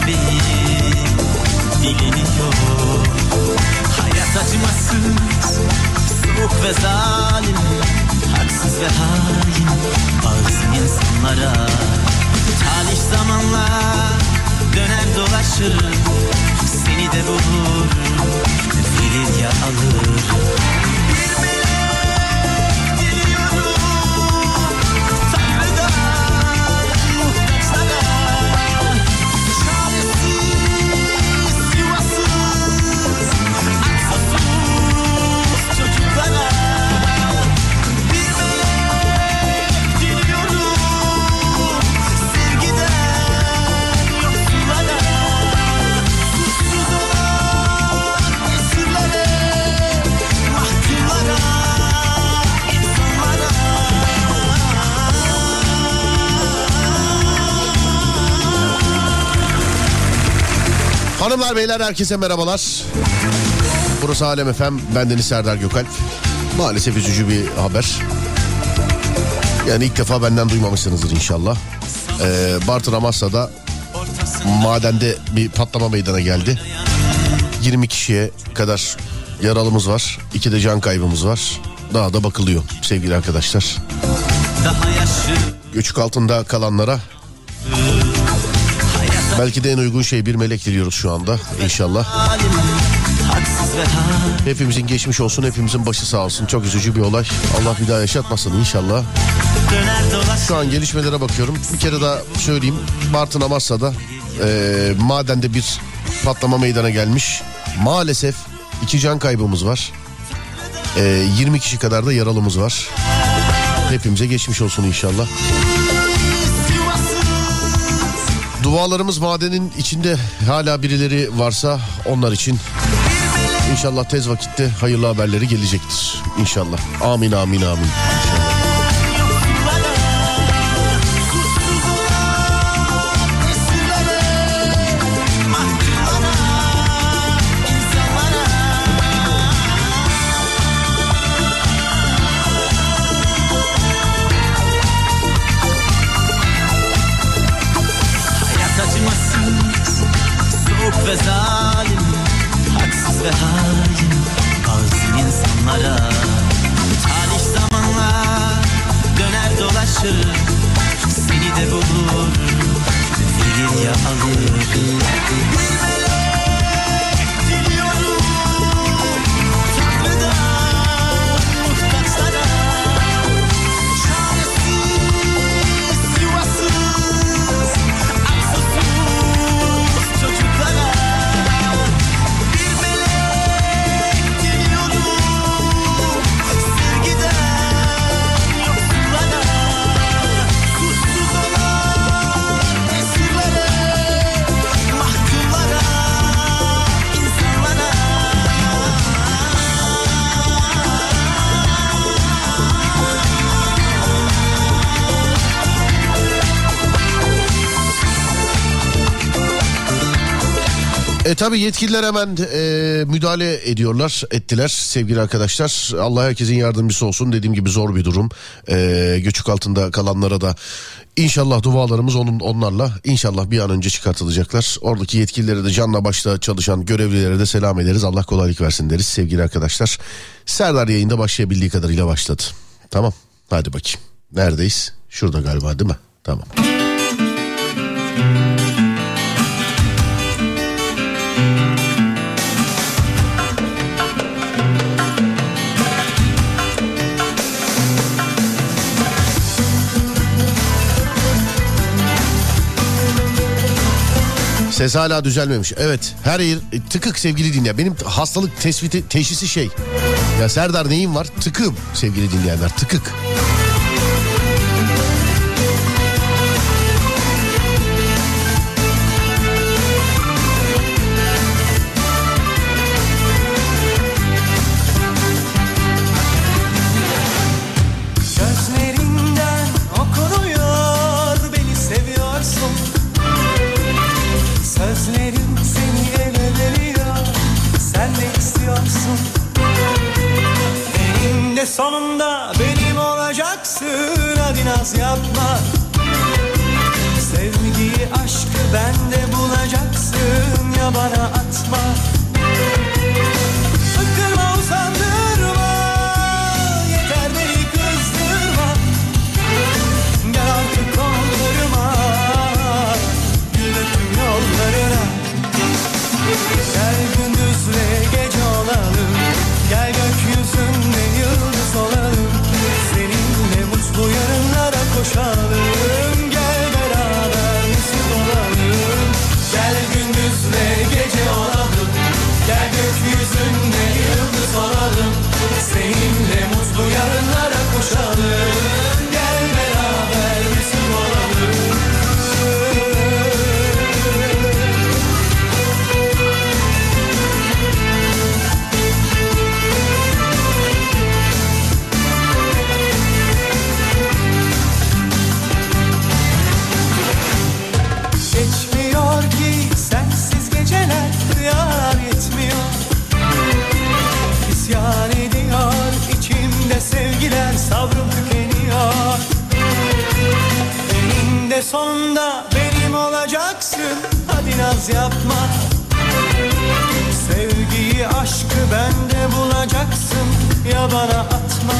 bebeğim biliniyor. Hayat acımasız, soğuk ve zalim, haksız ve hain bazı insanlara. Talih zamanla döner dolaşır, seni de bulur, verir ya alır. Bir melek diliyorum Tanrı'dan muhtaçlara, çaresiz, yuvasız, aksasız çocuklara. Bir melek diliyorum sevgiden yoksullara, suçsuz olan esirlere, mahkumlara, insanlara. Hanımlar beyler herkese merhabalar. Burası Alem FM. Bendeniz Serdar Gökalp. Maalesef üzücü bir haber. Yani ilk defa benden duymamışsınızdır inşallah. Bartın Amasya'da madende bir patlama meydana geldi. 20 kişiye kadar yaralımız var. 2 de can kaybımız var. Daha da bakılıyor sevgili arkadaşlar. Daha yaşlı Göçük altında kalanlara belki de en uygun şey bir melek diliyoruz şu anda inşallah. halim, haksız ve hain Hepimizin geçmiş olsun, hepimizin başı sağ olsun. Çok üzücü bir olay. Allah bir daha yaşatmasın inşallah. döner dolaşır. Şu an gelişmelere bakıyorum. Bir kere daha söyleyeyim. Bartın Amasya'da madende bir patlama meydana gelmiş. Maalesef 2 can kaybımız var. 20 kişi kadar da yaralımız var. Hepimize geçmiş olsun inşallah. Dualarımız madenin içinde hala birileri varsa onlar için. İnşallah tez vakitte hayırlı haberleri gelecektir. İnşallah. Amin amin amin. Hayat acımasız, soğuk ve zalim, haksız ve hain bazı insanlara. Talih zamanla döner dolaşır, seni de bulur, verir ya alır. Bir melek diliyorum Tanrı'dan muhtaçlara, çaresiz, yuvasız, aksasız çocuklara. Bir melek diliyorum sevgiden yoksullara, suçsuz olan esirlere, mahkumlara, insanlara. Tabii yetkililer hemen müdahale ettiler sevgili arkadaşlar. Allah herkesin yardımcısı olsun. Dediğim gibi zor bir durum. Göçük altında kalanlara da inşallah dualarımız onlarla inşallah bir an önce çıkartılacaklar. Oradaki yetkililere de canla başla çalışan görevlilere de selam ederiz. Allah kolaylık versin deriz sevgili arkadaşlar. Serdar yayında başlayabildiği kadarıyla başladı. Tamam, hadi bakayım. Neredeyiz? Şurada galiba, değil mi? Tamam. Ses hala düzelmemiş. Evet, her yer tıkık sevgili dinleyenler. Benim hastalık teşhisi şey. Ya Serdar neyim var? Tıkım sevgili dinleyenler, tıkık. Gözlerinden okunuyor, beni seviyorsun. Sözlerim seni ele veriyor, sen ne istiyorsun? Eninde sonunda benim olacaksın, hadi naz yapma. Sevgiyi, aşkı bende bulacaksın. atma. Bıktırma, usandırma, yeter beni kızdırma. Gel artık kollarıma, gül öpüm yollarına. Gel gündüzle gece olalım, gel gökyüzünde yıldız olalım. Seninle mutlu yarınlara koşalım, gel beraber mesut olalım. Gel gündüzle gece olalım, gel gökyüzünde yıldız olalım. Seninle mutlu yarınlara koşalım, gel beraber mesut olalım. Geçmiyor ki sensiz geceler, rüyalar yetmiyor. İsyan ediyor içimde sevgiler, sabrım tükeniyor. Eninde sonunda benim olacaksın, hadi naz yapma. Sevgiyi, aşkı bende bulacaksın, ya bana atma.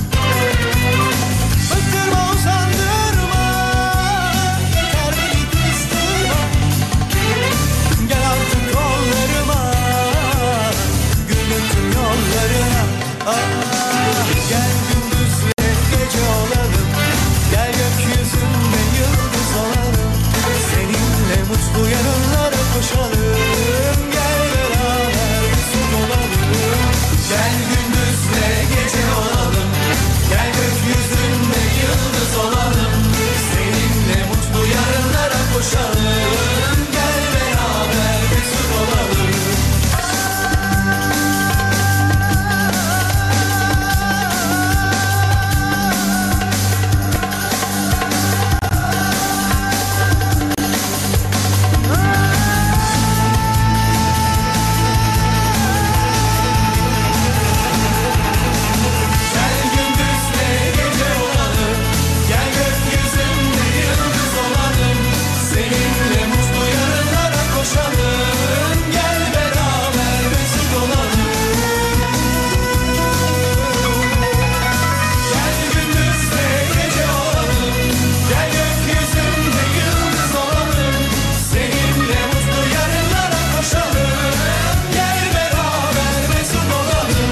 Bıktırma, usandırma, yeter beni kızdırma. Gel artık kollarıma, gül öpüm yollarına. Gel gündüzle gece olalım, gel gökyüzünde yıldız olalım. Seninle mutlu yarınlara koşalım, gel beraber mesut olalım. Gel gündüzle gece olalım, gel gökyüzünde yıldız olalım. Seninle mutlu yarınlara koşalım, gel beraber mesut olalım. Gel gündüzle gece olalım, gel gökyüzünde yıldız olalım. Seninle mutlu yarınlara koşalım, gel beraber mesut olalım. Gel gündüzle gece olalım, gel gökyüzünde yıldız olalım. Seninle mutlu yarınlara koşalım, gel beraber mesut olalım.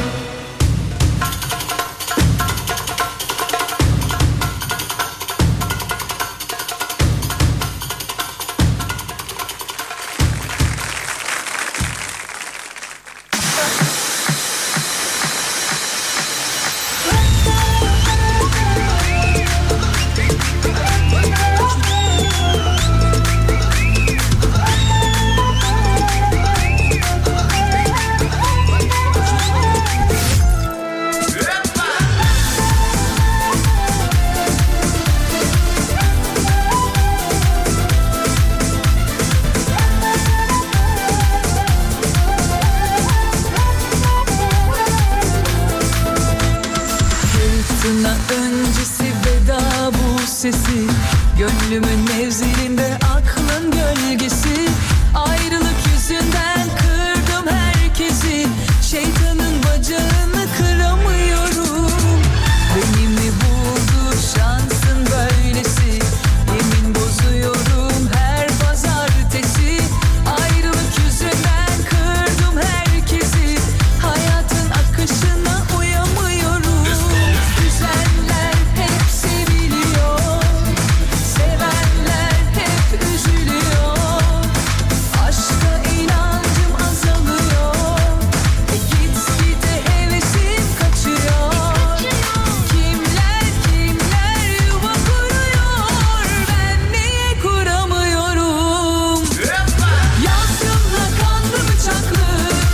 Fırtına öncesi veda bu sesi, gönlümün mevzilinde aklın gölgesi. Ayrılık yüzünden kırdım herkesi, şeytanın bacağını kıramıyorum. Beni mi buldu şansın böylesi, yemin bozuyorum her pazartesi. Ayrılık yüzünden kırdım herkesi, hayatın akışına uyamıyorum. Güzeller hep seviliyor, sevenler hep üzülüyor. Aşka inancım azalıyor, gitgide hevesim kaçıyor. Kimler kimler yuva kuruyor, ben niye kuramıyorum? Yazgımla kanlı bıçaklı,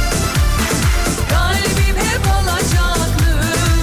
kalbim hep alacaklı.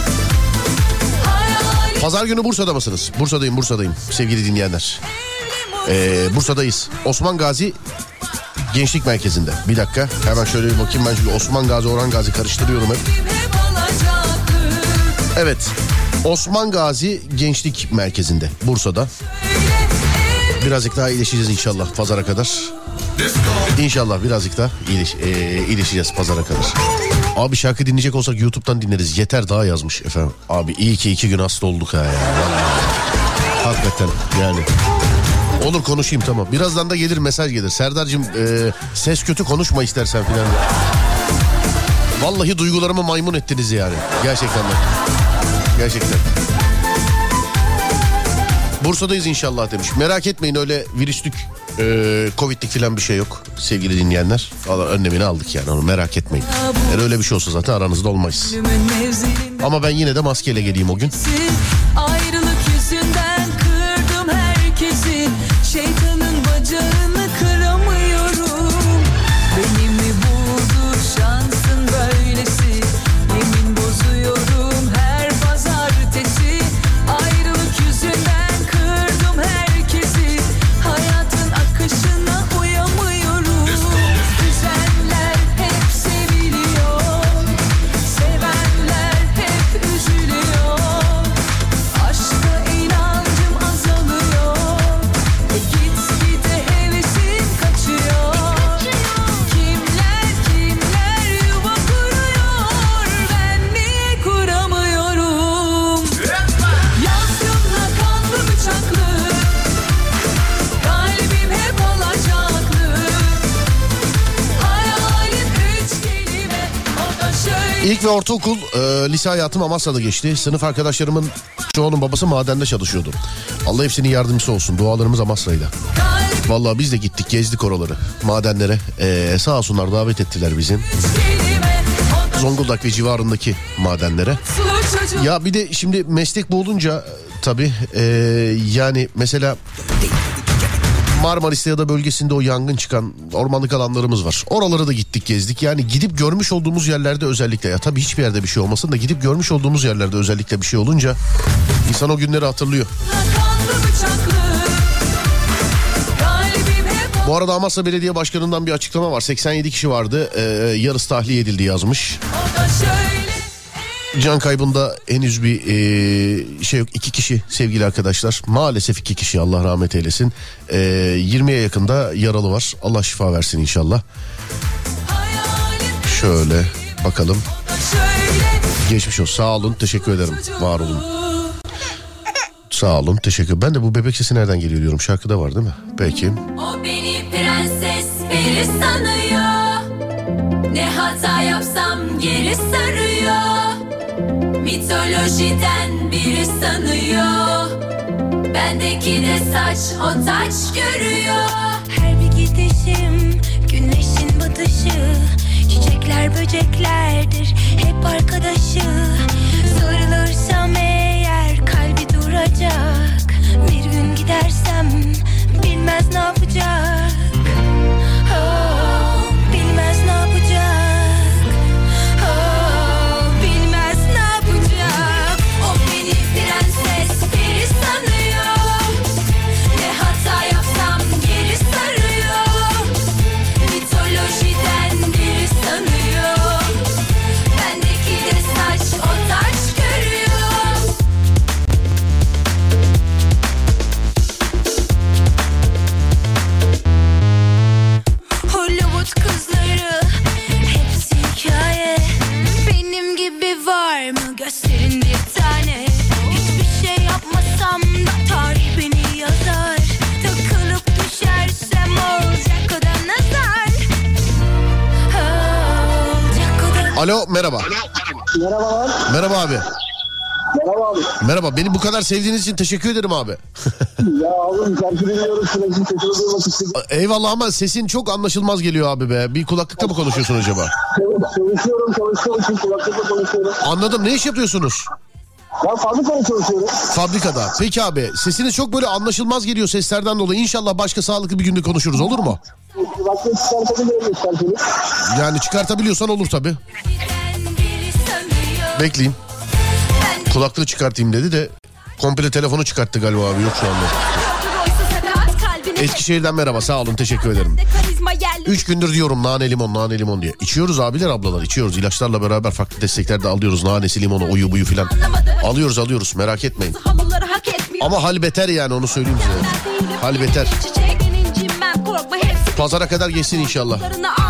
Hayalim Pazar günü Bursa'da mısınız? Bursa'dayım sevgili dinleyenler. Bursa'dayız. Osman Gazi Gençlik Merkezi'nde. Bir dakika hemen şöyle bir bakayım, ben çünkü Osman Gazi Orhan Gazi karıştırıyorum hep. hep alacaklı. Evet, Osman Gazi Gençlik Merkezi'nde Bursa'da. Birazcık daha iyileşeceğiz inşallah pazara kadar. İnşallah birazcık da iyileşeceğiz pazara kadar. Abi şarkı dinleyecek olsak YouTube'dan dinleriz. Yeter daha yazmış efendim. Abi iyi ki 2 gün hasta olduk ha ya. Vallahi. Hakikaten yani. Olur konuşayım tamam. Birazdan da gelir mesaj gelir. Serdar'cığım ses kötü konuşma istersen filan. Vallahi duygularımı maymun ettiniz yani. Gerçekten de. Gerçekten. Bursa'dayız inşallah demiş. Merak etmeyin öyle virüslük, Covid'lik filan bir şey yok sevgili dinleyenler. Önlemini aldık yani onu merak etmeyin. Eğer öyle bir şey olsa zaten aranızda olmayız. Ama ben yine de maskeyle geleyim o gün. Ayrılık yüzünden kırdım herkesi. Şeytanın bacağını kıramıyorum. Benim mi buldu şansın böylesi? Yemin bozuyorum her pazartesi. Ayrılık yüzünden kırdım herkesi. Hayatın akışına uyamıyorum. Üzenler hep seviliyor. Sevenler hep üzülüyor. Aşka inancım azalıyor. Gitgide hevesim kaçıyor. Kimler yuva kuruyor. Ben niye kuramıyorum? Yazgımla kanlı bıçaklı. Kalbim hep alacaklı. Hayalim 3 kelime. O da şöyle. İlk ve ortaokul lise hayatım Amasya'da geçti. Sınıf arkadaşlarımın çoğunun babası madende çalışıyordu. Allah hepsinin yardımcısı olsun. Dualarımız Amasya'yla. Vallahi biz de gittik gezdik oraları. Madenlere. Sağ olsunlar davet ettiler bizim. Zonguldak ve civarındaki madenlere. Ya bir de şimdi meslek bu olunca tabii yani mesela Marmaris'te ya da bölgesinde o yangın çıkan ormanlık alanlarımız var. Oralara da gittik gezdik. Yani gidip görmüş olduğumuz yerlerde özellikle ya tabii hiçbir yerde bir şey olmasın da gidip görmüş olduğumuz yerlerde özellikle bir şey olunca insan o günleri hatırlıyor. Bu arada Amasya Belediye Başkanı'ndan bir açıklama var. 87 kişi vardı. Yarısı tahliye edildi yazmış. Can kaybında henüz bir şey yok. 2 kişi sevgili arkadaşlar. Maalesef 2 kişi Allah rahmet eylesin. 20'ye yakında yaralı var. Allah şifa versin inşallah. Şöyle bakalım. Geçmiş olsun. Sağ olun. Teşekkür ederim. Var olun. Sağ olun. Teşekkür. Ben de bu bebek sesi nereden geliyor diyorum. Şarkıda var değil mi? Peki. O beni prenses biri sanıyor. Ne hata yapsam geri sarıyor. Mitolojiden biri sanıyor. Bendeki de saç o taç görüyor. Her bir gidişim güneşin batışı. Çiçekler böceklerdir hep arkadaşı. Sarılırsam eğer kalbi duracak. Bir gün gidersem bilmez ne yapacak. Oh, bilmez ne yapacak. Oh, bilmez ne yapacak. O beni prenses biri sanıyor. Ne hata yapsam geri sarıyor. Mitolojiden biri sanıyor. Bendeki de saç o taç görüyor. Hollywood kızları hepsi hikaye. Benim gibi var mı gösterin bir tane. Hiçbir şey yapmasam da tarih beni yazar. Takılıp düşersem olacak o da nazar. Olacak o da. Alo merhaba. Merhabalar. Merhaba abi. Merhaba abi. Merhaba. Beni bu kadar sevdiğiniz için teşekkür ederim abi. Ya oğlum şarkı dinliyorum sürekli sesini duymak istedim. Eyvallah ama sesin çok anlaşılmaz geliyor abi be. Bir kulaklıkta mı konuşuyorsun acaba? Çalışıyorum için kulaklıkla konuşuyorum. Anladım. Ne iş yapıyorsunuz? Ben fabrikada çalışıyorum. Fabrikada. Peki abi sesiniz çok böyle anlaşılmaz geliyor seslerden dolayı. İnşallah başka sağlıklı bir günde konuşuruz olur mu? Başka çıkartabilirim isterseniz. Yani çıkartabiliyorsan olur tabii. Biri sanıyor. Bekleyin. Kulaklığı çıkartayım dedi de komple telefonu çıkarttı galiba abi yok şu anda. Eskişehir'den merhaba sağ olun teşekkür ederim. 3 gündür diyorum nane limon diye. İçiyoruz abiler ablalar içiyoruz. İlaçlarla beraber farklı destekler de alıyoruz. Nanesi limonu oyu buyu filan. Alıyoruz merak etmeyin. Ama hal beter yani onu söyleyeyim size. Hal beter. Çiçek incim ben korkma hepsi Pazara kadar geçsin inşallah.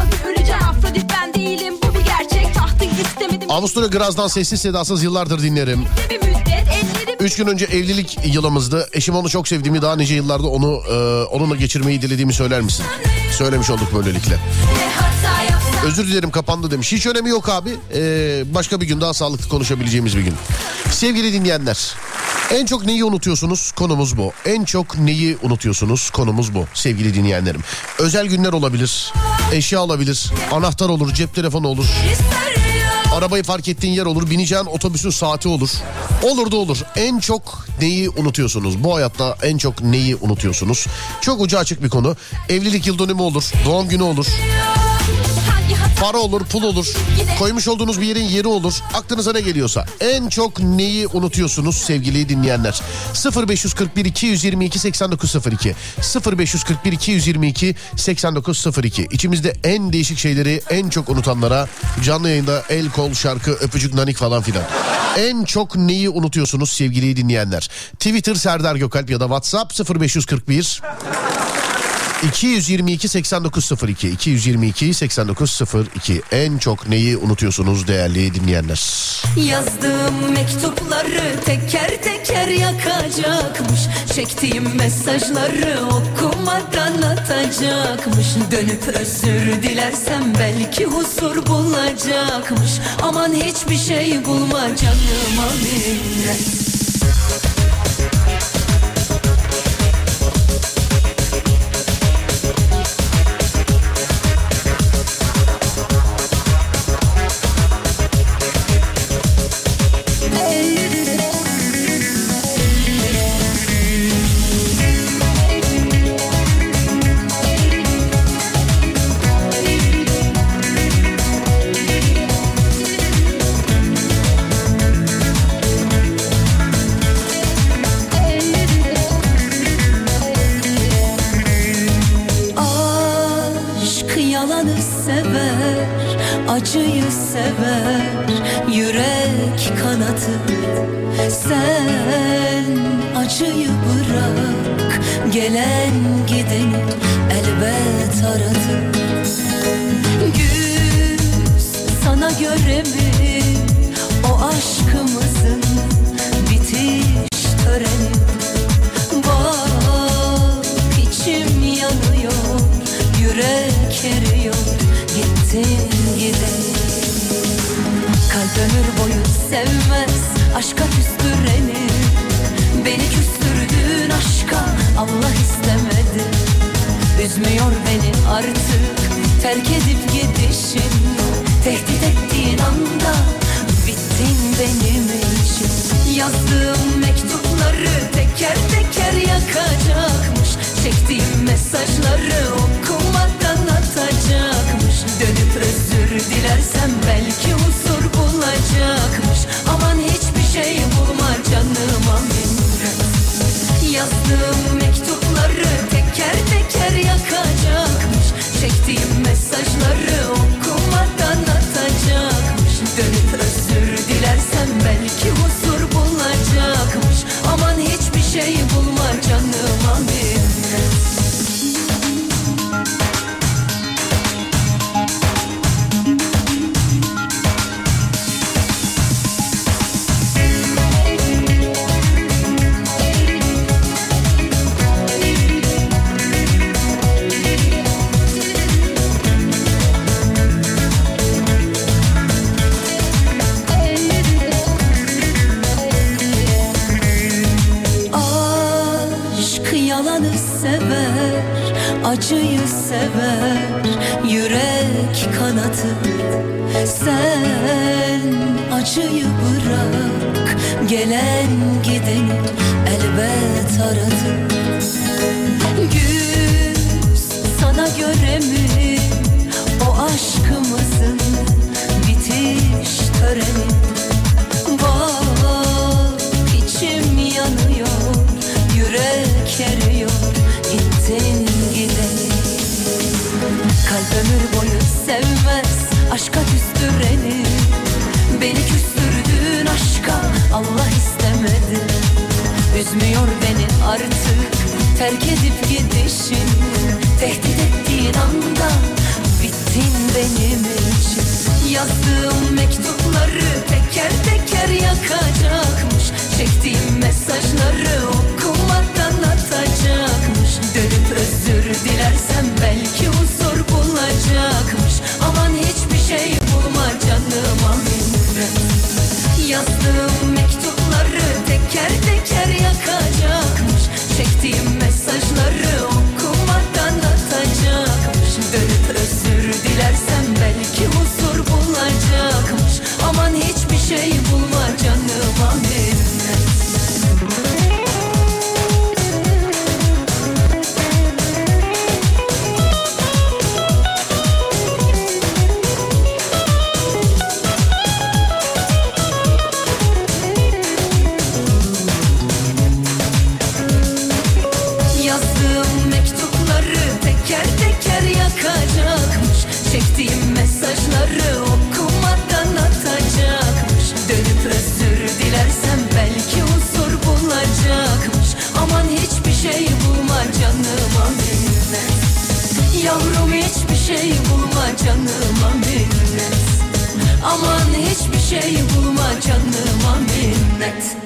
Avusturya Graz'dan sessiz sedasız yıllardır dinlerim. 3 gün önce evlilik yılımızdı. Eşim onu çok sevdiğimi, daha nice yıllarda onunla geçirmeyi dilediğimi söyler misin? Söylemiş olduk böylelikle. Özür dilerim, kapandı demiş. Hiç önemi yok abi. Başka bir gün daha sağlıklı konuşabileceğimiz bir gün. Sevgili dinleyenler, en çok neyi unutuyorsunuz? Konumuz bu. En çok neyi unutuyorsunuz? Konumuz bu sevgili dinleyenlerim. Özel günler olabilir, eşya olabilir, anahtar olur, cep telefonu olur. Arabayı fark ettiğin yer olur, bineceğin otobüsün saati olur. Olur da olur. En çok neyi unutuyorsunuz? Bu hayatta en çok neyi unutuyorsunuz? Çok ucu açık bir konu. Evlilik yıl dönümü olur, doğum günü olur. Para olur, pul olur. Koymuş olduğunuz bir yerin yeri olur. Aklınıza ne geliyorsa. En çok neyi unutuyorsunuz sevgili dinleyenler? 0541 222 8902 0541 222 8902. İçimizde en değişik şeyleri en çok unutanlara canlı yayında el, kol, şarkı, öpücük, nanik falan filan. En çok neyi unutuyorsunuz sevgili dinleyenler? Twitter Serdar Gökalp ya da WhatsApp 0541 222 8902 222 8902. En çok neyi unutuyorsunuz değerli dinleyenler? Yazdığım mektupları teker teker yakacakmış. Çektiğim mesajları okumadan atacakmış. Dönüp özür dilersem belki huzur bulacakmış. Aman hiçbir şey bulma canıma minnet. Acıyı sever yürek kanatır. Sen acıyı bırak, gelen gideni elbet aratır. Güz sana göre mi o aşkımızın bitiş töreni? Bak içim yanıyor, yürek eriyor, gittin gideni. Kalp ömür boyu sevmez aşka küstüreni. Beni küstürdüğün aşka Allah istemedi. Üzmüyor beni artık terk edip gidişin. Tehdit ettiğin anda bittin benim için. Yazdığım mektupları teker teker yakacakmış. Çektiğim mesajları okumadan atacakmış. Dönüp özür dilersem belki huzur bulacakmış. Aman hiçbir şey bulma canıma minnet. Yazdığım mektupları teker teker yakacakmış. Çektiğim mesajları okumadan atacakmış. Dönüp özür dilersem belki huzur bulacakmış. Aman hiçbir şey bulma canıma minnet. Acıyı sever yürek kanatır. Sen acıyı bırak, gelen gideni elbet aratır. Güz sana göre mi o aşkımızın bitiş töreni? Bak içim yanıyor, yürek eriyor, gittin gideni. Kalp ömür boyu sevmez aşka küstüreni. Beni küstürdüğün aşka Allah istemedi. üzmüyor beni artık terk edip gidişin. Tehdit ettiğin anda bittin benim için. Yazdığım mektupları teker teker yakacakmış. Çektiğim mesajları okumadan atacakmış. Dönüp özür dilersem belki huzur bulacakmış. Aman hiçbir şey bulma canıma minnet. Yazdığım mektupları teker teker yakacakmış. Çektiğim mesajları okumadan atacakmış. Dönüp özür dilersem belki huzur bulacakmış. Aman hiçbir şey bulma canıma minnet. Çektiğim mesajları okumadan atacakmış. Dönüp özür dilersem belki huzur bulacakmış. Aman hiçbir şey bulma canıma minnet. Yavrum hiçbir şey bulma canıma minnet. Aman hiçbir şey bulma canıma minnet.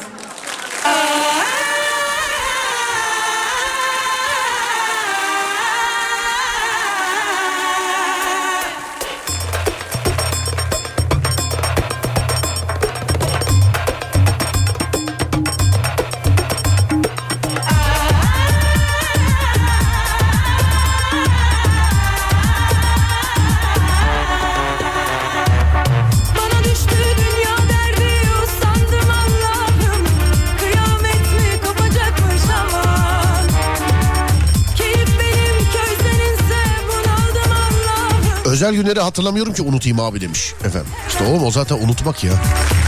Özel günleri hatırlamıyorum ki unutayım abi demiş efendim. İşte oğlum o zaten unutmak ya.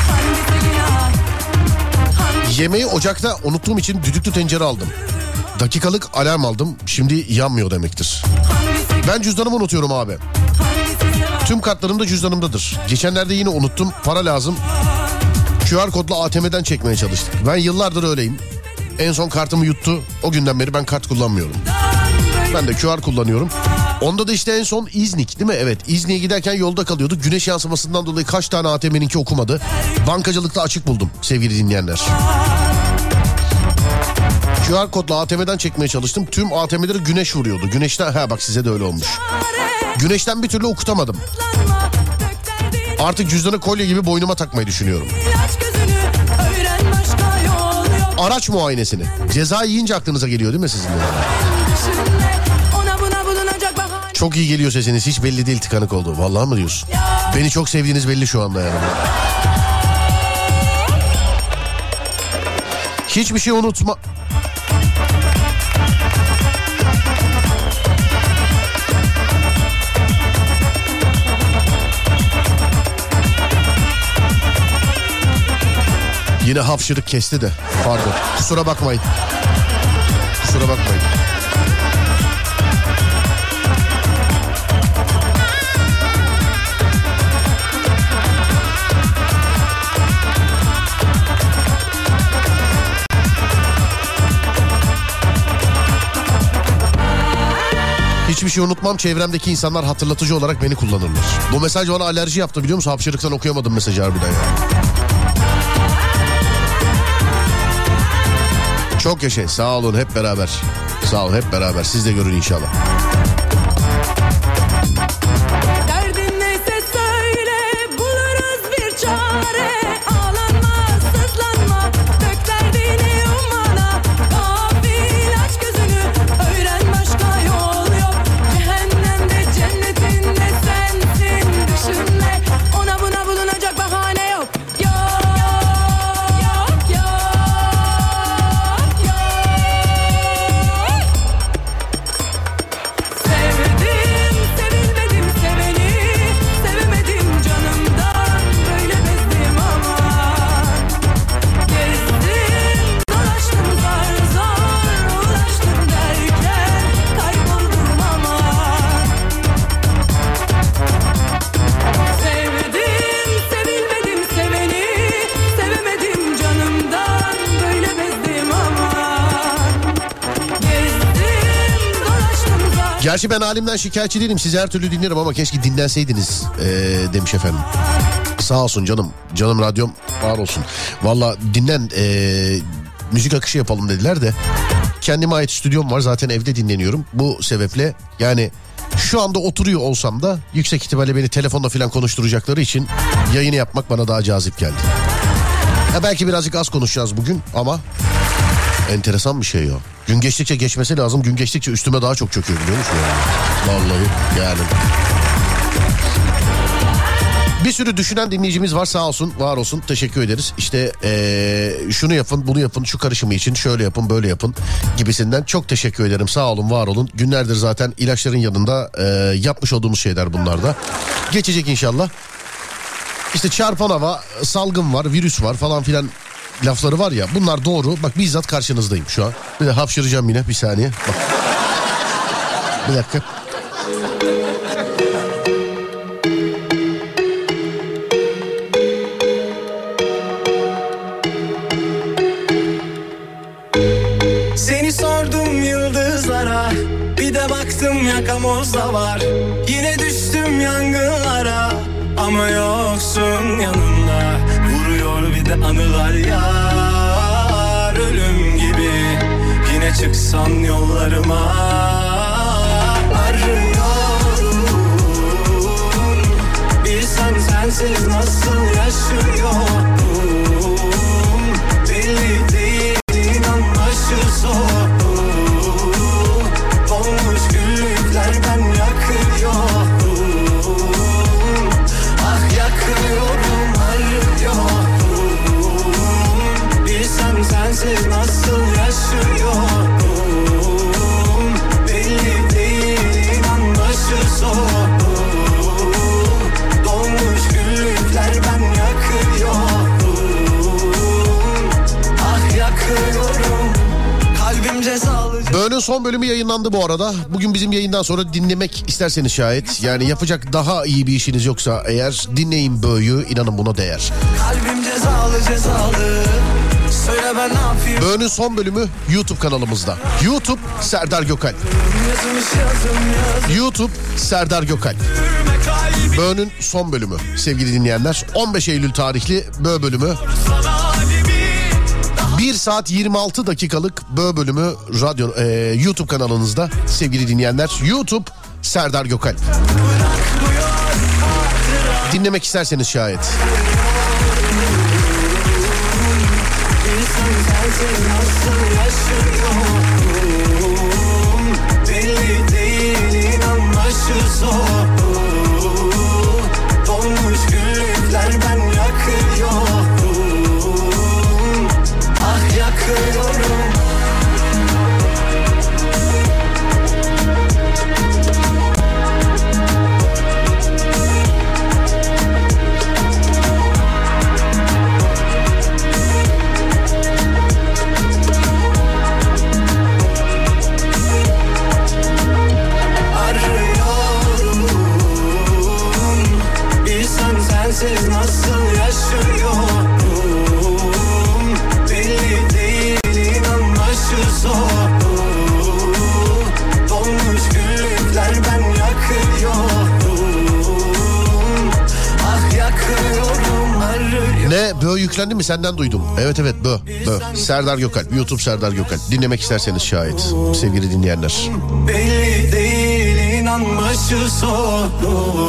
Yemeği ocakta unuttuğum için düdüklü tencere aldım. Dakikalık alarm aldım. Şimdi yanmıyor demektir. Ben cüzdanımı unutuyorum abi. Tüm kartlarım da cüzdanımdadır. Geçenlerde yine unuttum. Para lazım. QR kodla ATM'den çekmeye çalıştık. Ben yıllardır öyleyim. En son kartımı yuttu. O günden beri ben kart kullanmıyorum. Ben de QR kullanıyorum. Onda da işte en son İznik değil mi? Evet, İznik'e giderken yolda kalıyorduk. Güneş yansımasından dolayı kaç tane ATM'ninki okumadı. Bankacılıkta açık buldum sevgili dinleyenler. QR kodla ATM'den çekmeye çalıştım. Tüm ATM'lere güneş vuruyordu. Güneşten bak size de öyle olmuş. Güneşten bir türlü okutamadım. Artık cüzdanı kolye gibi boynuma takmayı düşünüyorum. Araç muayenesini. Ceza yiyince aklınıza geliyor değil mi sizin de? Çok iyi geliyor sesiniz. Hiç belli değil tıkanık oldu. Vallahi mı diyorsun? Beni çok sevdiğiniz belli şu anda yani. Hiçbir şey unutma. Yine hapşırık kesti de. Pardon. Kusura bakmayın. Kusura bakmayın. Hiçbir şey unutmam. Çevremdeki insanlar hatırlatıcı olarak beni kullanırlar. Bu mesaj bana alerji yaptı biliyor musun? Hapşırıktan okuyamadım mesajı harbiden ya. Çok yaşayın. Sağ olun hep beraber. Sağ olun hep beraber. Siz de görün inşallah. Derdin neyse söyle, buluruz bir çare. Ağlanma, sızlanma, dök derdini umana. Gafil aç gözünü, öğren başka yol yok. Cehennemde cennetinde sensin, düşünme. Ona buna bulunacak bahane yok. Sen Gerçi ben halimden şikayetçi değilim. Sizi her türlü dinlerim ama keşke dinlenseydiniz demiş efendim. Sağ olsun canım. Canım radyom var olsun. Valla dinlen, müzik akışı yapalım dediler de. Kendime ait stüdyom var, zaten evde dinleniyorum. Bu sebeple yani şu anda oturuyor olsam da yüksek ihtimalle beni telefonla falan konuşturacakları için yayını yapmak bana daha cazip geldi. Belki birazcık az konuşacağız bugün ama enteresan bir şey ya. Gün geçtikçe geçmesi lazım. Gün geçtikçe üstüme daha çok çöküyor, biliyor musun? Vallahi yani. Bir sürü düşünen dinleyicimiz var, sağ olsun, var olsun, teşekkür ederiz. İşte şunu yapın, bunu yapın, şu karışımı için şöyle yapın, böyle yapın gibisinden çok teşekkür ederim, sağ olun, var olun. Günlerdir zaten ilaçların yanında yapmış olduğumuz şeyler bunlar da. Geçecek inşallah. İşte çarpan hava, salgın var, virüs var falan filan lafları var ya, bunlar doğru. Bak bizzat karşınızdayım şu an. Bir de hapşıracağım yine, bir saniye. Bak. Bir dakika. Seni sordum yıldızlara, bir de baktım yakamozda var. Yine düştüm yangınlara ama yoksun yanımda. Vuruyor bir de anılar yar, ölüm gibi. Yine çıksan yollarıma arıyorum. Bilsen sensiz nasıl yaşıyorum. Belli değil inan başı soğuk. Dolmuş güllükler ben yakıyorum. Ah yakıyorum, arıyorum. Bilsem sensiz nasıl yaşıyorum. Belli değil inan başı soğuk. Dolmuş güllükler ben yakıyorum. Ah yakıyorum. Kalbim cezalı. Böğünün son bölümü yayınlandı bu arada. Bugün bizim yayından sonra dinlemek isterseniz şayet, yani yapacak daha iyi bir işiniz yoksa eğer, dinleyin Böğü, inanın buna değer. Kalbim cezalı cezalı. Söyle ben ne yapayım? Böğünün son bölümü YouTube kanalımızda. YouTube Serdar Gökalp. Yazmış yazım. YouTube Serdar Gökalp. Böğünün son bölümü sevgili dinleyenler. 15 Eylül tarihli Böğ bölümü. 1 saat 26 dakikalık Böğ bölümü radyo YouTube kanalınızda sevgili dinleyenler. YouTube Serdar Gökalp. Dinlemek isterseniz şayet. Belli değil inan başı soğuk. Dolmuş güllükler ben yakıyorum. Ah yakıyorum. Sensiz nasıl yaşıyorum. Belli değil inan başı soğuk. Dolmuş güllükler ben yakıyorum. Ah yakıyorum, arıyorum. Ne? Böğ yüklendi mi? Senden duydum. Evet Böğ. Serdar Gökalp. YouTube Serdar Gökalp. Dinlemek isterseniz şayet sevgili dinleyenler. Belli değil inan başı soğuk.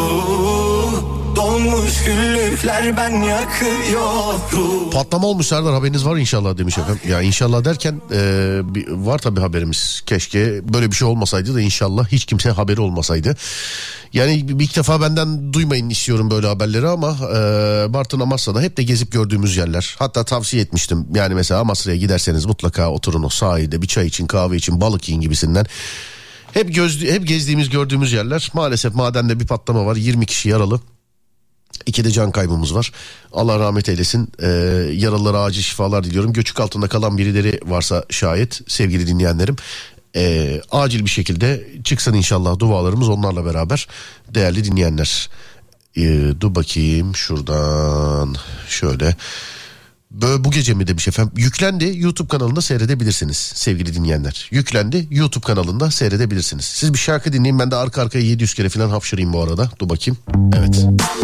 Dolmuş güllükler ben yakıyorum. Patlama olmuş Serdar, haberiniz var inşallah demiş efendim. Ya inşallah derken var tabii haberimiz. Keşke böyle bir şey olmasaydı da inşallah hiç kimse haberi olmasaydı. Yani bir ilk defa benden duymayın istiyorum böyle haberleri ama Bartın Amasya'da hep de gezip gördüğümüz yerler. Hatta tavsiye etmiştim. Yani mesela Amasya'ya giderseniz mutlaka oturun o sahilde, bir çay için, kahve için, balık yiyin gibisinden. Hep gezdiğimiz, gördüğümüz yerler. Maalesef madende bir patlama var. 20 kişi yaralı. 2 de can kaybımız var. Allah rahmet eylesin. Yaralılara acil şifalar diliyorum. Göçük altında kalan birileri varsa şayet sevgili dinleyenlerim, acil bir şekilde çıksın inşallah, dualarımız onlarla beraber değerli dinleyenler. Dur bakayım şuradan şöyle. Bu gece mi demiş efendim. Yüklendi, YouTube kanalında seyredebilirsiniz sevgili dinleyenler. Yüklendi, YouTube kanalında seyredebilirsiniz. Siz bir şarkı dinleyin, ben de arka arkaya 700 kere falan hapşırayım bu arada. Dur bakayım. Evet.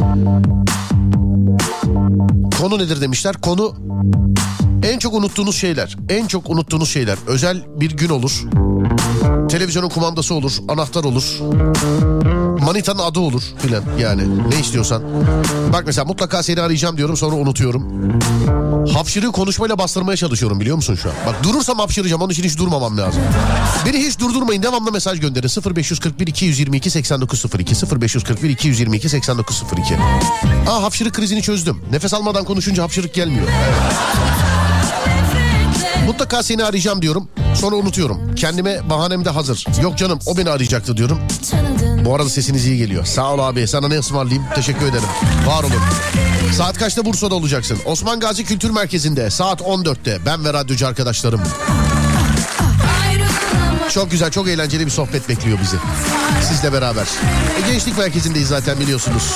Konu nedir demişler. Konu en çok unuttuğunuz şeyler. En çok unuttuğunuz şeyler. Özel bir gün olur. Televizyonun kumandası olur. Anahtar olur. Manitanın adı olur filan, yani ne istiyorsan. Bak mesela mutlaka seni arayacağım diyorum, sonra unutuyorum. Hapşırığı konuşmayla bastırmaya çalışıyorum, biliyor musun şu an? Bak durursam hapşıracağım, onun için hiç durmamam lazım. Beni hiç durdurmayın, devamlı mesaj gönderin. 0541 222 8902 0541 222 8902. Hapşırık krizini çözdüm. Nefes almadan konuşunca hapşırık gelmiyor. Evet. Mutlaka seni arayacağım diyorum, sonra unutuyorum. Kendime bahanem de hazır. Yok canım, o beni arayacaktı diyorum. Bu arada sesiniz iyi geliyor. Sağ ol abi, sana ne ısmarlayayım? Teşekkür ederim. Var olun. Saat kaçta Bursa'da olacaksın? Osman Gazi Kültür Merkezi'nde saat 14'te. Ben ve radyocu arkadaşlarım. Çok güzel, çok eğlenceli bir sohbet bekliyor bizi. Sizle beraber. Gençlik Merkezi'ndeyiz zaten, biliyorsunuz.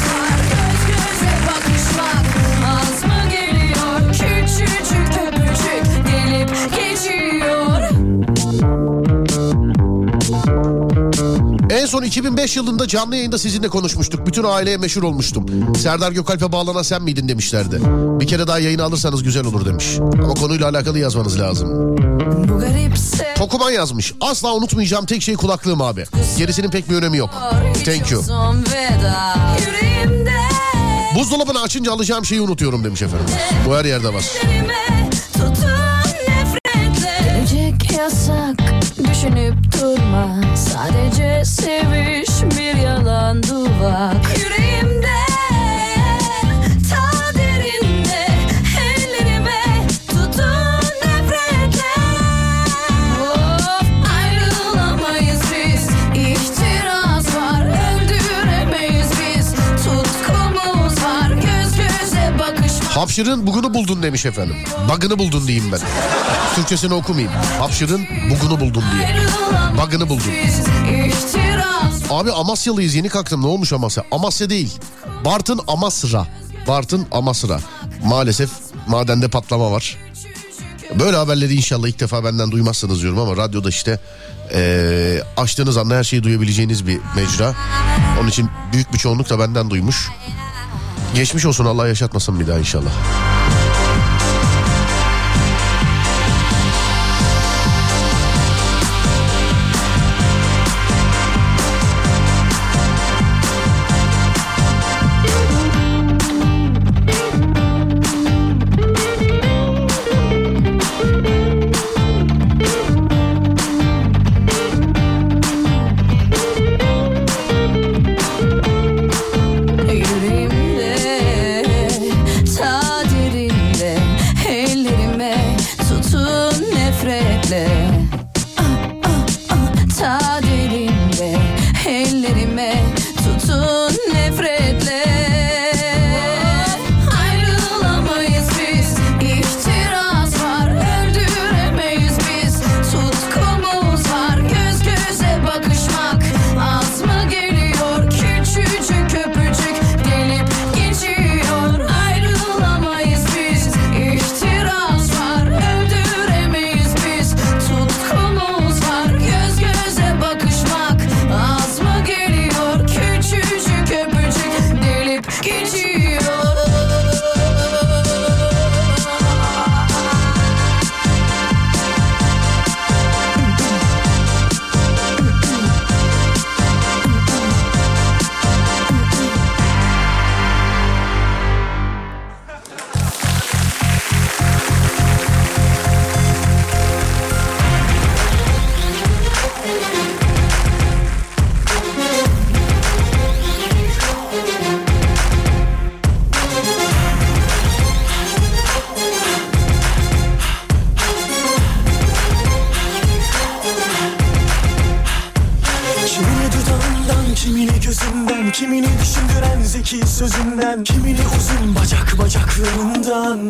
En son 2005 yılında canlı yayında sizinle konuşmuştuk. Bütün aileye meşhur olmuştum. Serdar Gökalp'e bağlanan sen miydin demişlerdi. Bir kere daha yayını alırsanız güzel olur demiş. Ama konuyla alakalı yazmanız lazım. Tokuman yazmış. Asla unutmayacağım tek şey kulaklığım abi. Gerisinin pek bir önemi yok. Thank you. Buzdolabını açınca alacağım şeyi unutuyorum demiş efendim. Bu her yerde var. Gelecek yasak, düşünüp durma. Sadece seviş bir yalan duvak. Yüreğimde, ta derinde, ellerime tutun nefretle. Ayrılamayız biz, ihtiras var, öldüremeyiz biz. Tutkumuz var, göz göze bakışma. Hapşırın bugunu buldun demiş efendim. Bug'ını buldun diyeyim ben. Türkçesini okumayayım. Hapşırın bugunu buldun diye. Bug'ını buldun. Abi Amasyalıyız, yeni kalktım. Ne olmuş Amasya? Amasya değil. Bartın Amasra. Bartın Amasra. Maalesef madende patlama var. Böyle haberleri inşallah ilk defa benden duymazsınız diyorum ama radyoda işte açtığınız anda her şeyi duyabileceğiniz bir mecra. Onun için büyük bir çoğunluk da benden duymuş. Geçmiş olsun, Allah yaşatmasın bir daha inşallah. Kimini düşündüren zeki sözünden, kimini uzun bacaklarından,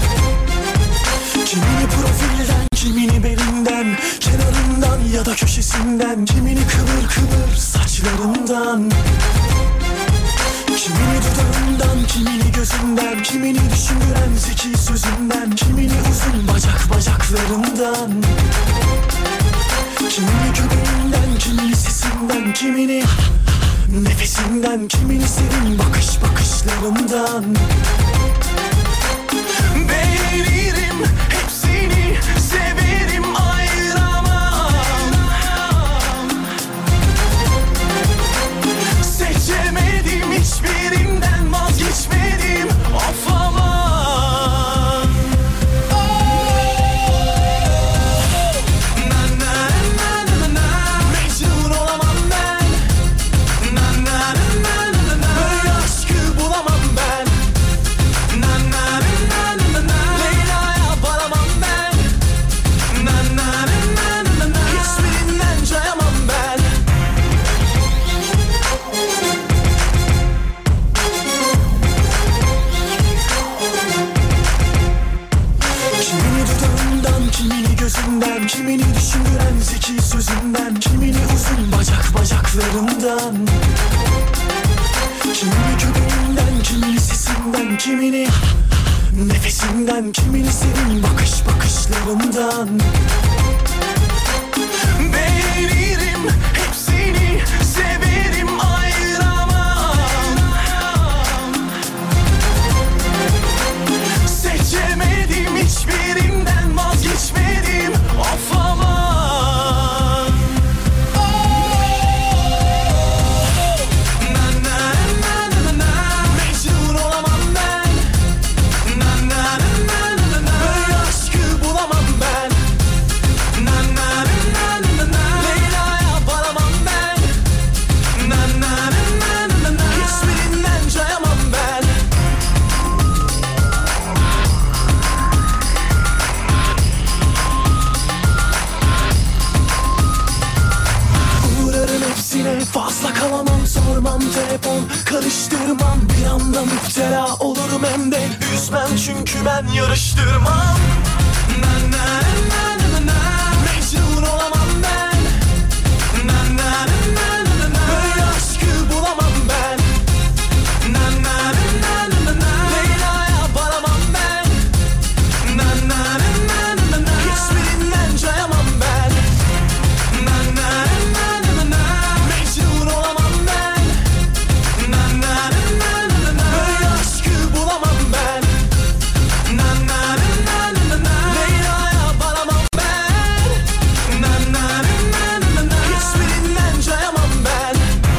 kimini profilden, kimini belinden, kenarından ya da köşesinden, kimini kıvır saçlarından, Kimini dudağından, kimini gözünden, kimini düşündüren zeki sözünden, kimini uzun bacaklarından, kimini göbeğinden, kimini sesinden, kimini nefesinden, kimini serin bakışlarından. Beğenirim hepsini, severim ayıramam. Seçemedim hiçbirinden, vazgeçmedim of aman. Na na na na na, mecnun olamam ben. Na na na na na, böyle aşkı bulamam ben. Na na na na na, Leyla'ya varamam ben. Na na na na, hiçbirinden cayamam ben. Kimini dudağından, kimini gözünden, kimini düşündüren zeki sözünden, kimini uzun bacaklarından, kimini göbeğinden, kimini sesinden, kimini nefesinden, kimini serin bakışlarından. Beğenirim hepsini, severim ayıramam. Seçemedim hiçbirinden, vazgeçmedim of aman. Na na na na na, mecnun olamam ben. Na na na na na, böyle aşkı bulamam ben. Na na na na na, Leyla'ya varamam ben. Na na na na, hiçbirinden cayamam ben. Uğrarım hepsine, fazla kalamam, sormam telefon, karıştırmam, bir anda müptela olurum hem de üzmem çünkü ben yarıştırmam. Na na na na na, mecnun olamam ben. Na na na na, böyle aşkı bulamam ben. Na na na na, Leyla'ya varamam ben. Na na na, hiçbirinden cayamam ben. Na na na, mecnun olamam ben. Na na na, böyle aşkı bulamam ben. Na na na, Leyla'ya varamam ben. Na na na, hiçbirinden cayamam ben.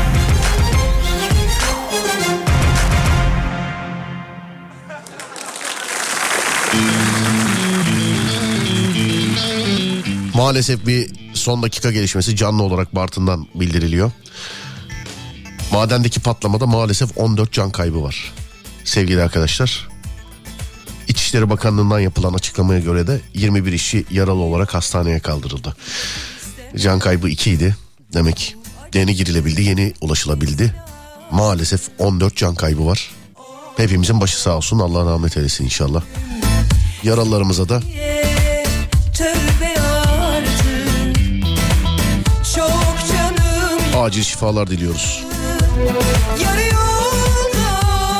Maalesef bir son dakika gelişmesi canlı olarak Bartın'dan bildiriliyor. Madendeki patlamada maalesef 14 can kaybı var. Sevgili arkadaşlar. İçişleri Bakanlığı'ndan yapılan açıklamaya göre de 21 işçi yaralı olarak hastaneye kaldırıldı. Can kaybı 2 idi. Demek yeni girilebildi, yeni ulaşılabildi. Maalesef 14 can kaybı var. Hepimizin başı sağ olsun, Allah rahmet eylesin inşallah. Yaralılarımıza da Tövbe artık, çok canım acil şifalar diliyoruz. yarı yolda,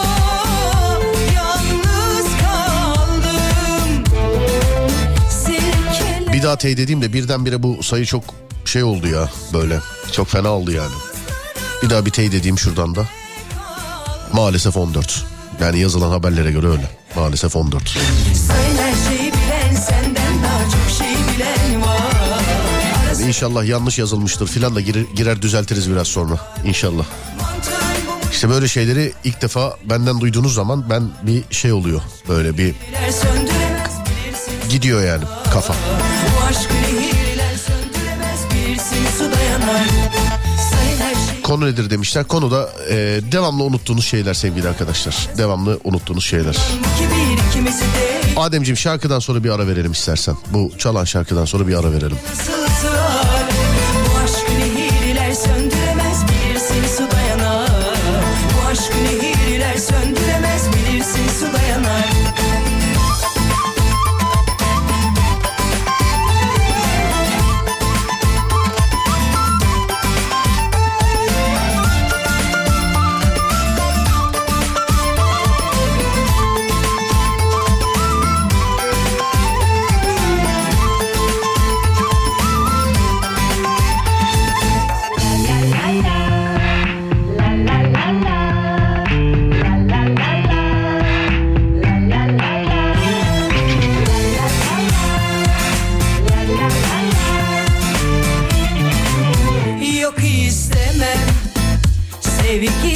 yalnız kaldım. Silkele Bir daha teyit edeyim de birdenbire bu sayı çok şey oldu ya, böyle çok fena oldu yani. Bir daha bir teyit edeyim şuradan da. Maalesef 14. Yani yazılan haberlere göre öyle. Maalesef 14. sayın her şeyi bilen, senden daha çok şey bilen var. Yani İnşallah yanlış yazılmıştır filan da girer düzeltiriz biraz sonra. İnşallah. İşte böyle şeyleri ilk defa benden duyduğunuz zaman ben bir şey oluyor. Böyle bir Söndüremez bilirsin, gidiyor yani kafa. bu aşkı nehirler söndüremez bilirsin, su dayanar. Sayın her şeyi Konu nedir demişler. Konu da devamlı unuttuğunuz şeyler sevgili arkadaşlar. Devamlı unuttuğunuz şeyler. ki bir ikimizi de Ademciğim şarkıdan sonra bir ara verelim istersen. Bu çalan şarkıdan sonra bir ara verelim. nasıl sığar? Bu aşkı nehirler söndüremez bilirsin, su dayanar. Bu aşkı nehirler söndüremez bilirsin, su dayanar.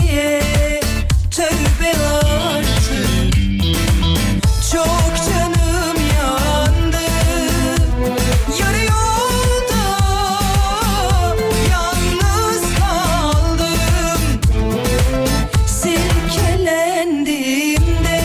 diye tövbe artık. Çok canım yandı yarı yolda, yalnız kaldım. Silkelendiğimde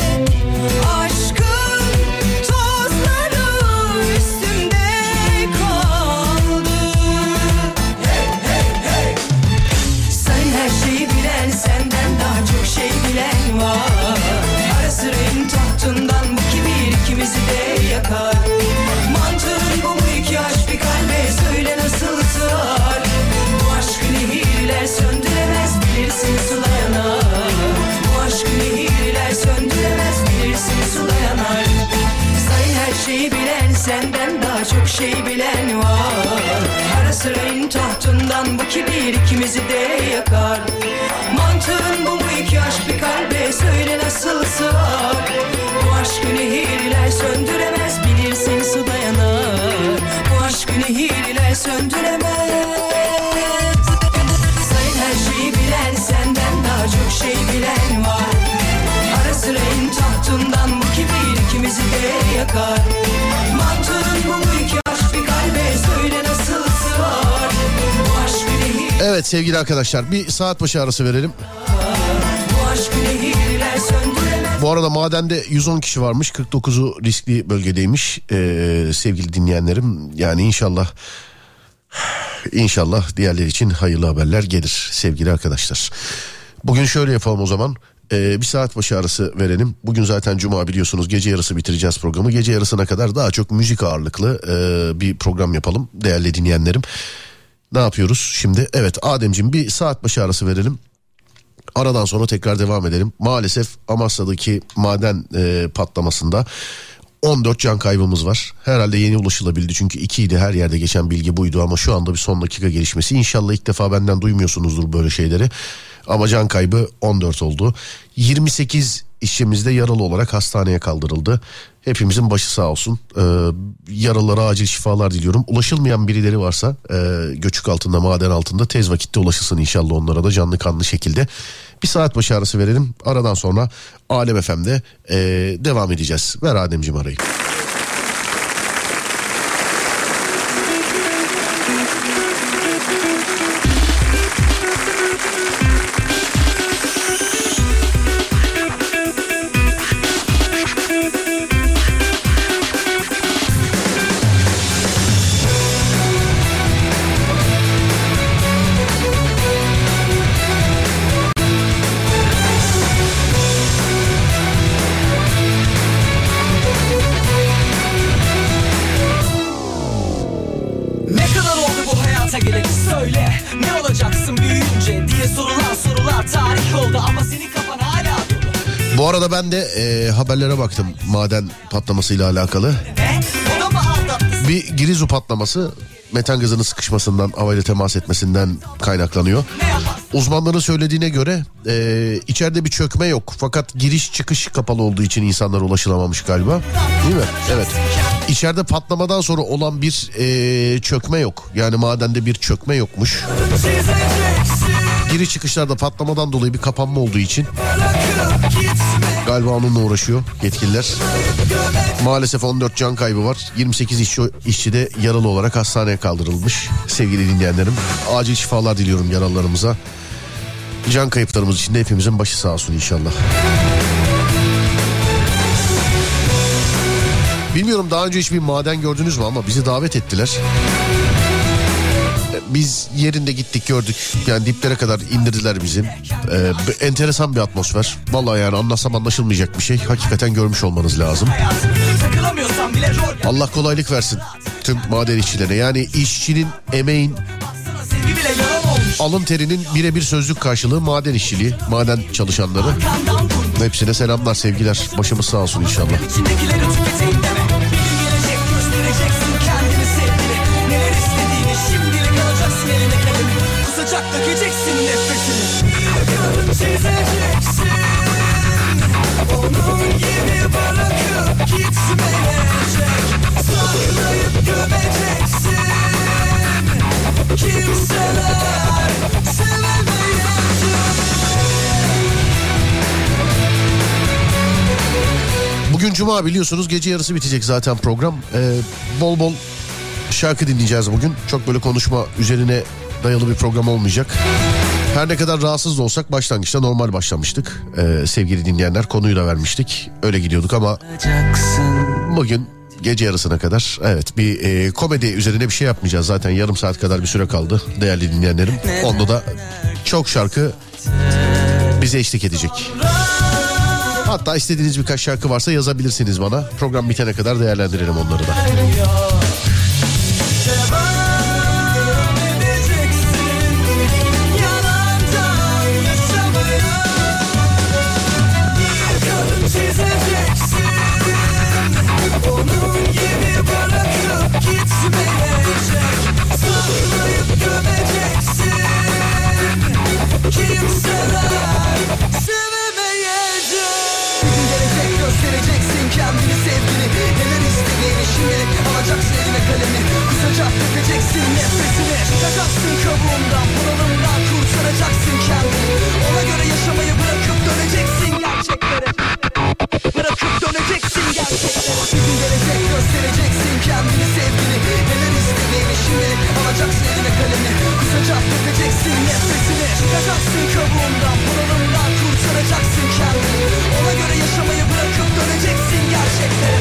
aşkın tozları üstümde kaldı. Hey hey hey. Sen her şeyi bilen, senden daha çok şey bilen var. Ara sıra tahtından bu kibir ikimizi de yakar. Mantığın bu mu iki aşk bir kalbe söyle nasıl sığar? Bu aşkı nehirler söndüremez bilirsin suda yanar. Bu aşkı nehirler söndüremez bilirsin suda yanar. Say her şeyi bilen, senden daha çok şey bilen var. Ara sıra tahtından bu kibir ikimizi de yakar. Mantığın bu mu iki aşk bir kalbe söyle nasıl sığar? Bu aşkı nehirler söndüremez bilirsin suda yanar. Bu aşkı nehirler söndüremez. Sayın her şeyi bilen, senden daha çok şey bilen var. Ara sıra tahtından bu kibir ikimizi de yakar. Mantığın bu mu iki aşk bir kalbe söyle nasıl sığar? Bu aşkı nehirler. Evet sevgili arkadaşlar, bir saat başı arası verelim. Bu aşkı nehirler söndüremez. Bu arada madende 110 kişi varmış, 49'u riskli bölgedeymiş sevgili dinleyenlerim. Yani inşallah diğerleri için hayırlı haberler gelir sevgili arkadaşlar. Bugün şöyle yapalım o zaman. Bir saat başı arası verelim. Bugün zaten cuma biliyorsunuz, gece yarısı bitireceğiz programı. Gece yarısına kadar daha çok müzik ağırlıklı bir program yapalım değerli dinleyenlerim. Ne yapıyoruz şimdi? Evet Ademciğim, bir saat başı arası verelim. Aradan sonra tekrar devam edelim. Maalesef Amasya'daki maden patlamasında 14 can kaybımız var. Herhalde yeni ulaşılabildi çünkü 2'ydi, her yerde geçen bilgi buydu ama şu anda bir son dakika gelişmesi. İnşallah ilk defa benden duymuyorsunuzdur böyle şeyleri. Ama can kaybı 14 oldu. 28 işçimiz de yaralı olarak hastaneye kaldırıldı. Hepimizin başı sağ olsun. Yaralılara acil şifalar diliyorum. Ulaşılmayan birileri varsa göçük altında, maden altında tez vakitte ulaşılsın inşallah onlara da canlı kanlı şekilde. Bir saat başı arası verelim. Aradan sonra Alem FM'de devam edeceğiz. Ver Ademciğim arayı. Bu arada ben de haberlere baktım maden patlamasıyla alakalı. Bir Girizu patlaması metan gazının sıkışmasından, havayla temas etmesinden kaynaklanıyor. Uzmanların söylediğine göre içeride bir çökme yok. Fakat giriş çıkış kapalı olduğu için insanlara ulaşılamamış galiba. Değil mi? Evet. İçeride patlamadan sonra olan bir çökme yok. Yani madende bir çökme yokmuş. Giriş çıkışlarda patlamadan dolayı bir kapanma olduğu için galiba onunla uğraşıyor yetkililer. Maalesef 14 can kaybı var. 28 işçi de yaralı olarak hastaneye kaldırılmış. Sevgili dinleyenlerim, acil şifalar diliyorum yaralılarımıza. Can kayıplarımız için de hepimizin başı sağ olsun inşallah. Bilmiyorum daha önce hiç bir maden gördünüz mü ama bizi davet ettiler. Biz yerinde gittik, gördük. Yani diplere kadar indirdiler bizi. Enteresan bir atmosfer. Vallahi yani anlatsam anlaşılmayacak bir şey. Hakikaten görmüş olmanız lazım. Allah kolaylık versin tüm maden işçilerine. Yani işçinin, emeğin, alın terinin birebir sözlük karşılığı maden işçiliği, maden çalışanları. Hepsine selamlar, sevgiler. Başımız sağ olsun inşallah. Dökeceksin nefesini, çizeceksin. Onun gibi bırakıp gitmeyecek. Saklayıp gömeceksin. Kimseler sevemeyecek. Cuma biliyorsunuz, gece yarısı bitecek zaten program. Bol bol şarkı dinleyeceğiz bugün. Çok böyle konuşma üzerine dayalı bir program olmayacak. Her ne kadar rahatsız da olsak başlangıçta normal başlamıştık. Sevgili dinleyenler, konuyu da vermiştik. Öyle gidiyorduk ama bugün gece yarısına kadar evet bir komedi üzerine bir şey yapmayacağız. Zaten yarım saat kadar bir süre kaldı değerli dinleyenlerim. Onda da çok şarkı bize eşlik edecek. Hatta istediğiniz birkaç şarkı varsa yazabilirsiniz bana. Program bitene kadar değerlendirelim onları da. Kendini sevgini, neler istediğini şimdilik alacaksın eline kalemi. Kısaca dökeceksin nefesini, çıkacaksın kabuğundan, bunalımdan kurtaracaksın kendini. Ona göre yaşamayı bırakıp döneceksin gerçeklere. Bırakıp döneceksin gerçeklere. Bir gün gelecek göstereceksin kendini sevgini, neler istediğini şimdilik alacaksın eline kalemi. Kısaca dökeceksin nefesini, çıkacaksın kabuğundan, bunalımdan kurtaracaksın kendini. Ona göre yaşamayı bırakıp döneceksin gerçeklere.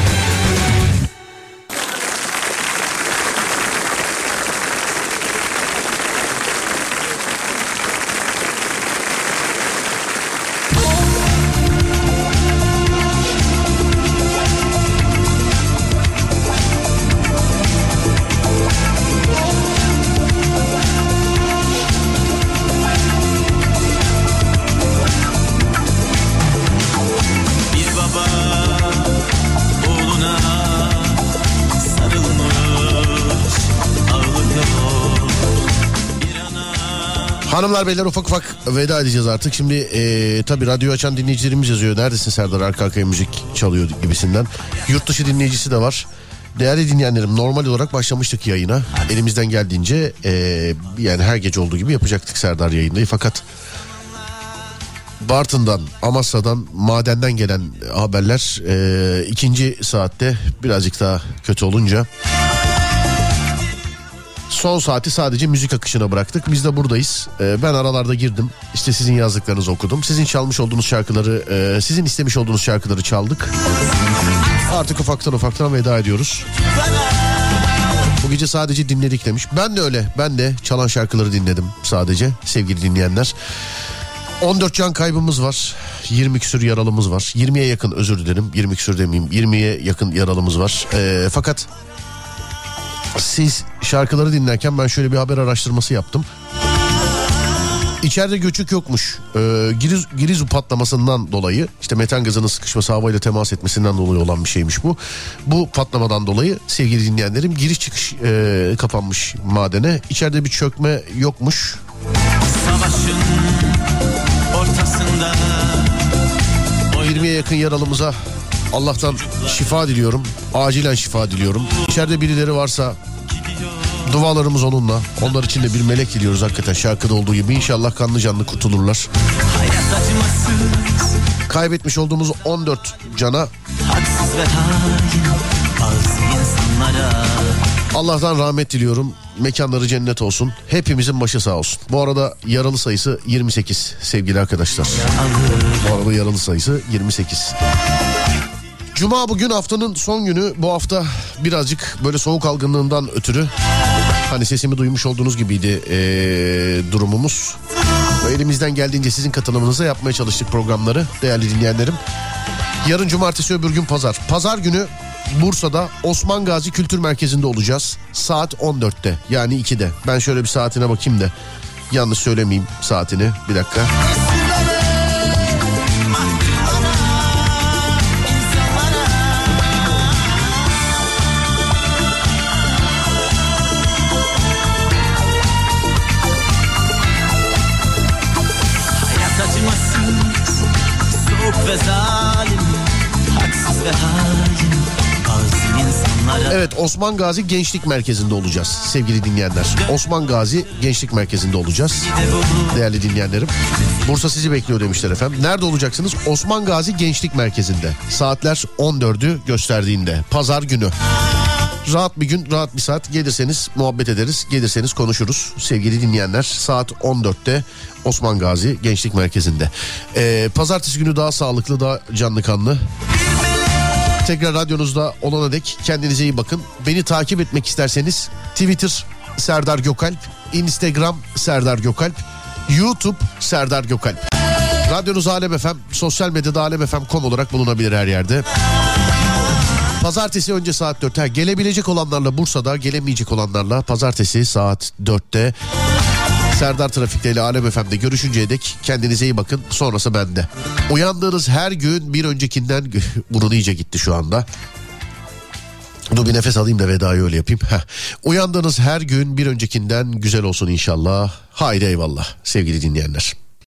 Hanımlar beyler, ufak ufak veda edeceğiz artık. Şimdi tabii radyo açan dinleyicilerimiz yazıyor. Neredesin Serdar, arka arkaya müzik çalıyor gibisinden. Yurt dışı dinleyicisi de var. Değerli dinleyenlerim, normal olarak başlamıştık yayına. Elimizden geldiğince yani her gece olduğu gibi yapacaktık Serdar yayındayı. Fakat Bartın'dan, Amasya'dan, madenden gelen haberler ikinci saatte birazcık daha kötü olunca son saati sadece müzik akışına bıraktık. Biz de buradayız. Ben aralarda girdim. İşte sizin yazdıklarınızı okudum. Sizin çalmış olduğunuz şarkıları, sizin istemiş olduğunuz şarkıları çaldık. Artık ufaktan veda ediyoruz. Bu gece sadece dinledik demiş. Ben de öyle. Ben de çalan şarkıları dinledim sadece sevgili dinleyenler. 14 can kaybımız var. 20 küsür yaralımız var. 20'ye yakın, özür dilerim. 20 küsür demeyeyim. 20'ye yakın yaralımız var. Fakat siz şarkıları dinlerken ben şöyle bir haber araştırması yaptım. İçeride göçük yokmuş. Girizu patlamasından dolayı, işte metan gazının sıkışması, havayla temas etmesinden dolayı olan bir şeymiş bu. Bu patlamadan dolayı sevgili dinleyenlerim giriş çıkış kapanmış madene. İçeride bir çökme yokmuş. Savaşın ortasında 20'ye yakın yaralımıza Allah'tan şifa diliyorum. Acilen şifa diliyorum. İçeride birileri varsa dualarımız onunla. Onlar için de bir melek diliyoruz hakikaten, şarkıda olduğu gibi. İnşallah kanlı canlı kurtulurlar. Kaybetmiş olduğumuz 14 cana haksız ve hain bazı insanlara Allah'tan rahmet diliyorum. Mekanları cennet olsun. Hepimizin başı sağ olsun. Bu arada yaralı sayısı 28 sevgili arkadaşlar. Bu arada yaralı sayısı 28. Cuma bugün, haftanın son günü. Bu hafta birazcık böyle soğuk algınlığından ötürü, hani sesimi duymuş olduğunuz gibiydi durumumuz. Ve elimizden geldiğince sizin katılımınıza yapmaya çalıştık programları değerli dinleyenlerim. Yarın cumartesi, öbür gün pazar. Pazar günü Bursa'da Osman Gazi Kültür Merkezi'nde olacağız. Saat 14'te, yani 2'de. Ben şöyle bir saatine bakayım da yanlış söylemeyeyim saatini. Bir dakika. ve zalim, haksız ve hain Evet, Osman Gazi Gençlik Merkezi'nde olacağız sevgili dinleyenler. Osman Gazi Gençlik Merkezi'nde olacağız değerli dinleyenlerim. Bursa sizi bekliyor demişler efendim. Nerede olacaksınız? Osman Gazi Gençlik Merkezi'nde. Saatler 14'ü gösterdiğinde. Pazar günü. Rahat bir gün, rahat bir saat. Gelirseniz muhabbet ederiz. Gelirseniz konuşuruz sevgili dinleyenler. Saat 14'te Osman Gazi Gençlik Merkezi'nde. Pazartesi günü daha sağlıklı, daha canlı kanlı. Tekrar radyonuzda olana dek kendinize iyi bakın. Beni takip etmek isterseniz Twitter Serdar Gökalp, Instagram Serdar Gökalp, YouTube Serdar Gökalp. Radyonuz Alem FM, sosyal medyada alemfm.com olarak bulunabilir her yerde. Pazartesi önce saat 4'te. Gelebilecek olanlarla Bursa'da, gelemeyecek olanlarla pazartesi saat 4'te. Serdar Trafik'te ile Alem FM'de görüşünceye dek kendinize iyi bakın. Sonrası bende. Uyandığınız her gün bir öncekinden... Burun iyice gitti şu anda. Dur bir nefes alayım da vedayı öyle yapayım. Uyandığınız her gün bir öncekinden güzel olsun inşallah. Haydi eyvallah sevgili dinleyenler.